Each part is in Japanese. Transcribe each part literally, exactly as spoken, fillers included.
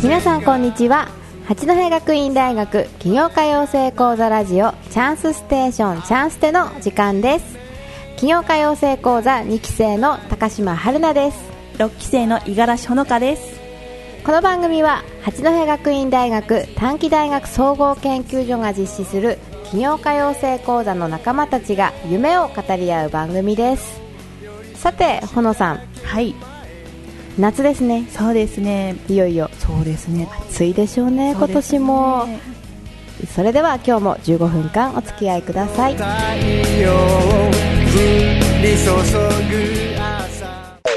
皆さんこんにちは。八戸学院大学起業家養成講座ラジオチャンスステーションチャンステの時間です。起業家養成講座にき生の高島春奈です。 ろっき生の五十嵐ほのかです。 この番組は八戸学院大学短期大学総合研究所が実施する起業家養成講座の仲間たちが夢を語り合う番組です。さてほのさん、 はい、 夏ですね。 そうですね、 いよいよそうですね、 暑いでしょうね、今年も。それでは今日もじゅうごふんかんお付き合いください。太陽降り注ぐ朝、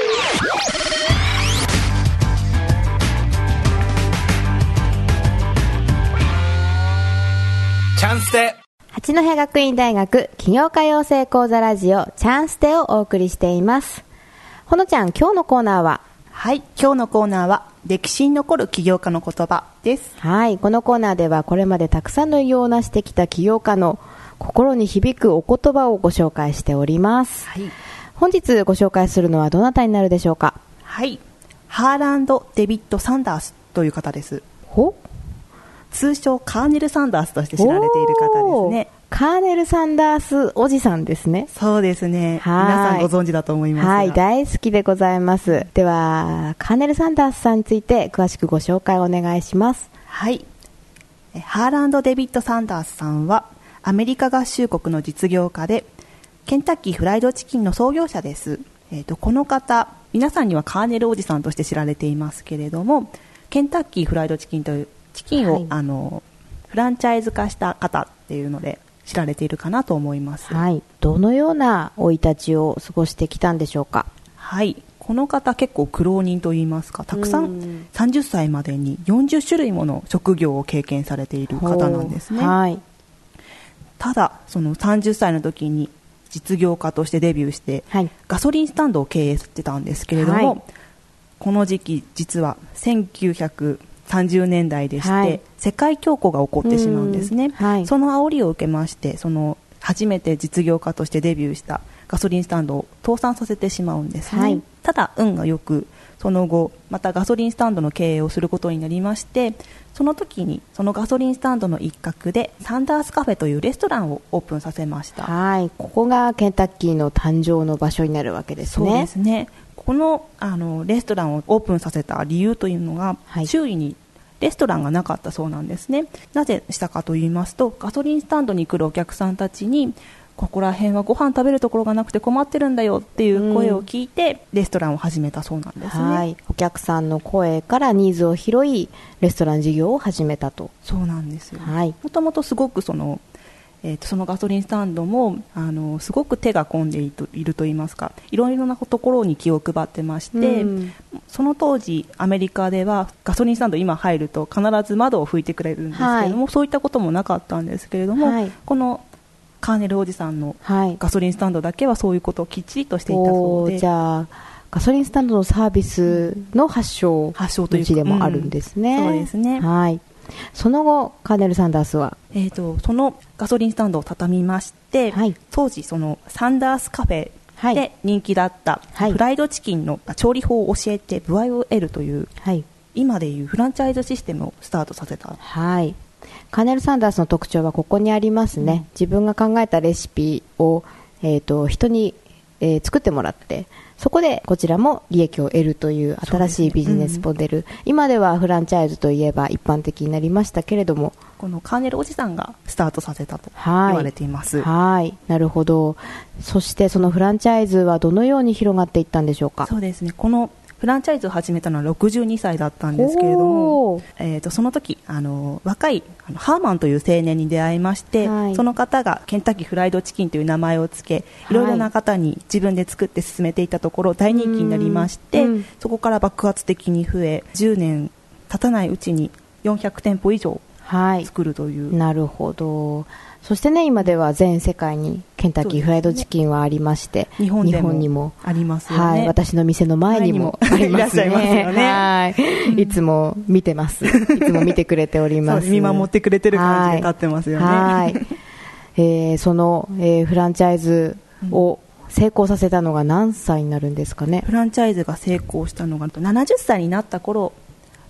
チャンステ。八戸学院大学起業家養成講座ラジオチャンステをお送りしています。ほのちゃん、今日のコーナーは？ はい、今日のコーナーは歴史に残る起業家の言葉です。 はい、このコーナーではこれまでたくさんの偉業を成してきた起業家の心に響くお言葉をご紹介しております。はい、本日ご紹介するのはどなたになるでしょうか？ はい、ハーランド・デビッド・サンダースという方です。 ほ通称カーネル・サンダースとして知られている方ですね。 カーネル・サンダースおじさんですね。 そうですね、皆さんご存知だと思いますが。 はい、大好きでございます。ではカーネル・サンダースさんについて詳しくご紹介をお願いします。 はい、ハーランド・デビッド・サンダースさんはアメリカ合衆国の実業家でケンタッキーフライドチキンの創業者です。えーと、この方、皆さんにはカーネルおじさんとして知られていますけれども、ケンタッキーフライドチキンというチキンを、はい、あのフランチャイズ化した方っていうので知られているかなと思います。 はい、どのような生い立ちを過ごしてきたんでしょうか？ はい、この方結構苦労人といいますか、たくさんさんじゅっさいまでによんじゅっしゅるいもの職業を経験されている方なんですね。はい、ただそのさんじゅっさいの時に実業家としてデビューして、はい、ガソリンスタンドを経営してたんですけれども、はい、この時期実はせんきゅうひゃくさんじゅうねんだいでして、はい、世界恐慌が起こってしまうんですね。はい、その煽りを受けまして、その初めて実業家としてデビューしたガソリンスタンドを倒産させてしまうんですね。はい、ただ運がよくその後またガソリンスタンドの経営をすることになりまして、その時にそのガソリンスタンドの一角でサンダースカフェというレストランをオープンさせました。 はい、ここがケンタッキーの誕生の場所になるわけですね。 そうですね。この、あのレストランをオープンさせた理由というのが、はい、周囲にレストランがなかったそうなんですね。なぜしたかと言いますと、ガソリンスタンドに来るお客さんたちにここら辺はご飯食べるところがなくて困ってるんだよっていう声を聞いて、うん、レストランを始めたそうなんですね。 はい、お客さんの声からニーズを拾いレストラン事業を始めたと。 そうなんですよ。 はい、 もともとすごくそのえー、とそのガソリンスタンドもあのすごく手が込んでいる と, いるといいますか、いろいろなところに気を配ってまして、うん、その当時アメリカではガソリンスタンド今入ると必ず窓を拭いてくれるんですけれども、はい、そういったこともなかったんですけれども、はい、このカーネルおじさんのガソリンスタンドだけはそういうことをきっちりとしていたそうで、 じゃあガソリンスタンドのサービスの発祥の地でもあるんですね。 うん、そうですね。 はい、その後カーネル・サンダースは、 えー、とそのガソリンスタンドを畳みまして、はい、当時そのサンダースカフェで人気だったフライドチキンの調理法を教えて歩合を得るという、はい、今でいうフランチャイズシステムをスタートさせた。 はい、カーネル・サンダースの特徴はここにありますね。うん、自分が考えたレシピを、えー、と人に、えー、作ってもらって、そこでこちらも利益を得るという新しいビジネスモデル、うん、今ではフランチャイズといえば一般的になりましたけれども、 このカーネルおじさんがスタートさせたと言われています。 はい、はい、なるほど。そしてそのフランチャイズはどのように広がっていったんでしょうか？ そうですね、このフランチャイズを始めたのはろくじゅうにさいだったんですけれども、えー、とその時あの若いあのハーマンという青年に出会いまして、はい、その方がケンタッキーフライドチキンという名前をつけ、いろいろな方に自分で作って進めていたところ大人気になりまして、うん、そこから爆発的に増え、じゅうねん経たないうちによんひゃくてんぽ以上作るという、 はい、なるほど。そしてね、今では全世界にケンタッキーフライドチキンはありまして、 日本でもにもありますよね。 はい、私の店の前にもありますね。はい、いつも見てます。いつも見てくれております。 見守ってくれてる感じで立ってますよね。 はい、えー、その、えー、フランチャイズを成功させたのが何歳になるんですかね？ フランチャイズが成功したのがななじゅっさいになった頃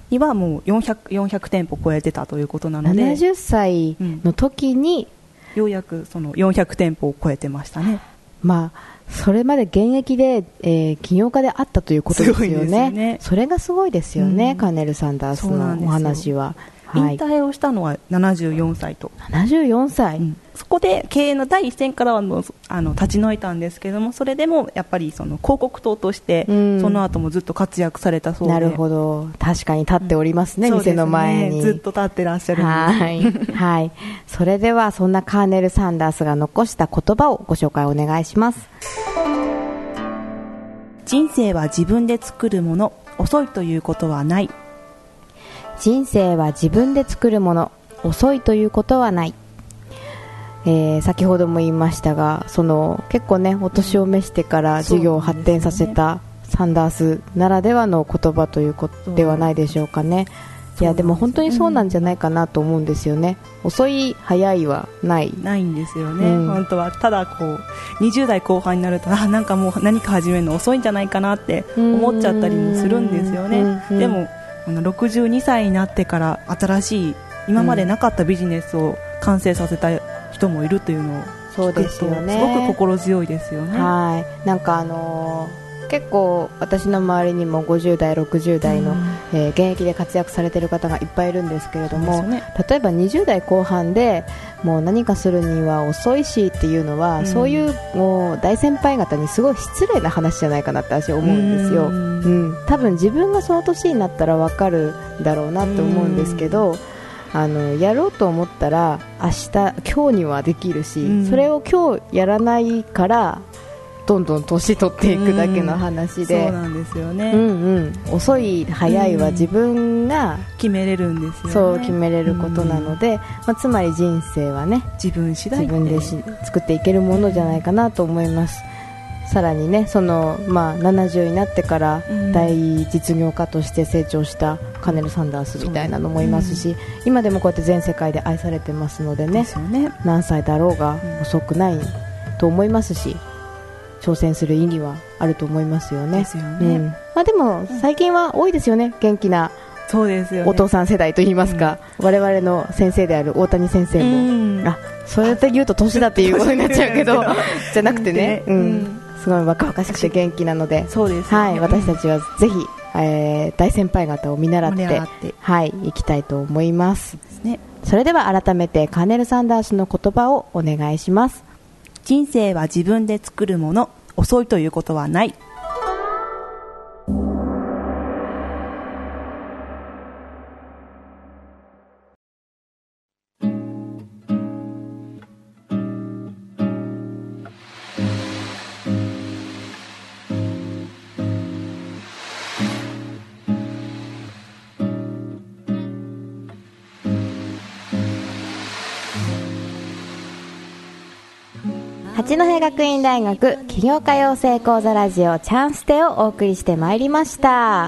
にはもうよんひゃく、よんひゃく店舗超えてたということなので、 ななじゅっさいの時に、 うん、ようやくそのよんひゃく店舗を超えてましたね。 まあ、それまで現役で、えー、起業家であったということですよ ね, すよね。それがすごいですよね、うん、カーネル・サンダースのお話は。 引退をしたのはななじゅうよんさいと。 ななじゅうよんさい、 うん、そこで経営の第一線からはもうあの立ち退いたんですけども、それでもやっぱりその広告塔として、うん、その後もずっと活躍されたそうで。 なるほど、確かに立っておりますね、うん、店の前に、 ね、ずっと立ってらっしゃるんです。 はい、はい、それではそんなカーネル・サンダースが残した言葉をご紹介お願いします。 人生は自分で作るもの、遅いということはない。 人生は自分で作るもの、遅いということはない。えー、先ほども言いましたが、その結構ね、お年を召してから事業を発展させたサンダースならではの言葉ということではないでしょうかね。いやでも本当にそうなんじゃないかなと思うんですよね。遅い早いはないないんですよね、うん、本当は。ただこうにじゅう代後半になると、あ、なんかもう何か始めるの遅いんじゃないかなって思っちゃったりもするんですよね。でもろくじゅうにさいになってから新しい今までなかったビジネスを完成させた人もいるというのを聞くと、そうですよね、すごく心強いですよね。 はい、なんかあのー結構私の周りにもごじゅう代ろくじゅう代の、うんえー、現役で活躍されている方がいっぱいいるんですけれども、ね、例えばにじゅう代後半でもう何かするには遅いしっていうのは、うん、そういうもう大先輩方にすごい失礼な話じゃないかなって私は思うんですよ、うんうん、多分自分がその年になったら分かるだろうなって思うんですけど、あのやろうと思ったら明日今日にはできるし、うん、それを今日やらないからどんどん年取っていくだけの話で、 うん、そうなんですよね、 うんうん、遅い早いは自分が決めれるんですよね。 そう決めれることなので、まあ、つまり人生はね自分次第自分でし作っていけるものじゃないかなと思います。さらにねその、まあ、ななじゅうになってから大実業家として成長したカーネル・サンダースみたいなのもいますし、うん、今でもこうやって全世界で愛されてますので ね, ですよね、 何歳だろうが遅くないと思いますし、挑戦する意義はあると思いますよね。 ですよね、 うんまあ、でも最近は多いですよね、元気なそうですよね、 お父さん世代といいますか、うん、我々の先生である大谷先生も、うん、あそれで言うと年だっていうことになっちゃうけどじゃなくてね、うんうん、すごい若々しくて元気なので、 そうです、ねはい、私たちはぜひ、えー、大先輩方を見習って、ってはい、いきたいと思います。 ですね。 それでは改めてカーネル・サンダースの言葉をお願いします。 人生は自分で作るもの、遅いということはない。 八戸学院大学起業家養成講座ラジオチャンステをお送りしてまいりました。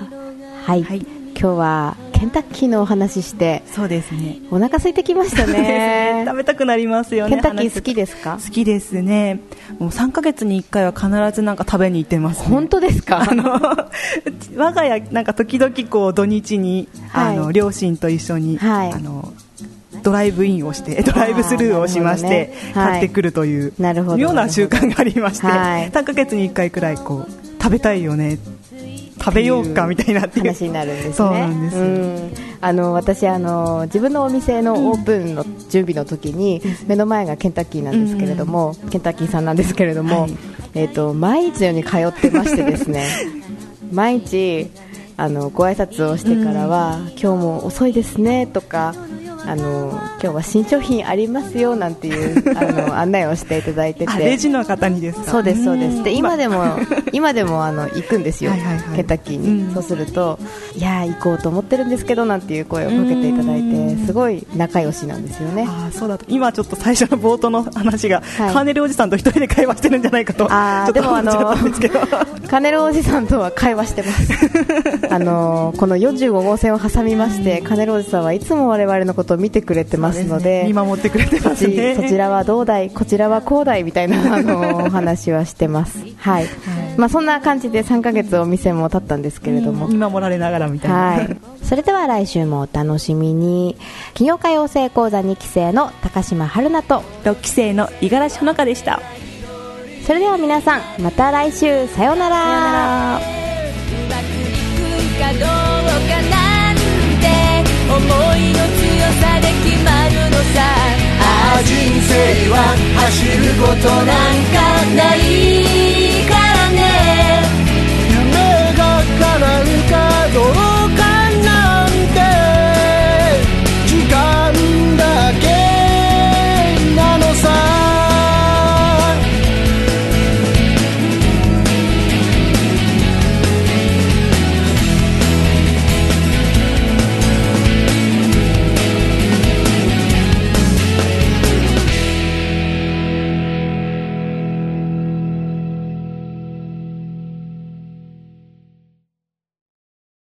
はい、はい、今日はケンタッキーのお話して、 そうですね、 お腹空いてきましたね食べたくなりますよね。 ケンタッキー好きですか？ 好きですね。もうさんかげつにいっかいは必ずなんか食べに行ってます、ね、 本当ですか？ あの我が家なんか時々こう土日に、はい、あの両親と一緒に、はい、あのドライブインをしてドライブスルーをしまして、ね、買ってくるというような習慣がありまして、はい、さんかげつにいっかいくらいこう食べたいよね、食べようかみたいなっていう話になるんですね。 そうなんです。 うんあの私あの自分のお店のオープンの準備の時に、うん、目の前がケンタッキーなんですけれども、うん、ケンタッキーさんなんですけれども、はい、えーと、毎日のように通ってましてですね毎日あのご挨拶をしてからは、うん、今日も遅いですねとか、あの今日は新商品ありますよなんていうあの案内をしていただいてて、 レジの方にですか？ そうですそうです。で今でも今でもあの行くんですよ、はいはいはい、ケンタッキーに、うん、そうするといや行こうと思ってるんですけどなんていう声をかけていただいて、すごい仲良しなんですよね。 あそうだと今ちょっと最初の冒頭の話が、はい、カーネルおじさんと一人で会話してるんじゃないかとあちょっと思っちゃったんですけど、 カーネルおじさんとは会話してますあのこのよんじゅうごごう線を挟みまして、カーネルおじさんはいつも我々のことを見てくれてますので、 ね、見守ってくれてますね。 そちらはどうだいこちらはこうだいみたいなあのお話はしてます、はい、はい、 まあ、そんな感じでさんかげつお店も経ったんですけれども、 見守られながらみたいな、 はい、それでは来週もお楽しみに。起業家養成講座にき生の高島春菜とろっき生の五十嵐ほのかでした。 それでは皆さんまた来週、さようなら。 うまくいくかどうかなんて思いの強さで決まるのさ。ああ人生は走ることなんかない。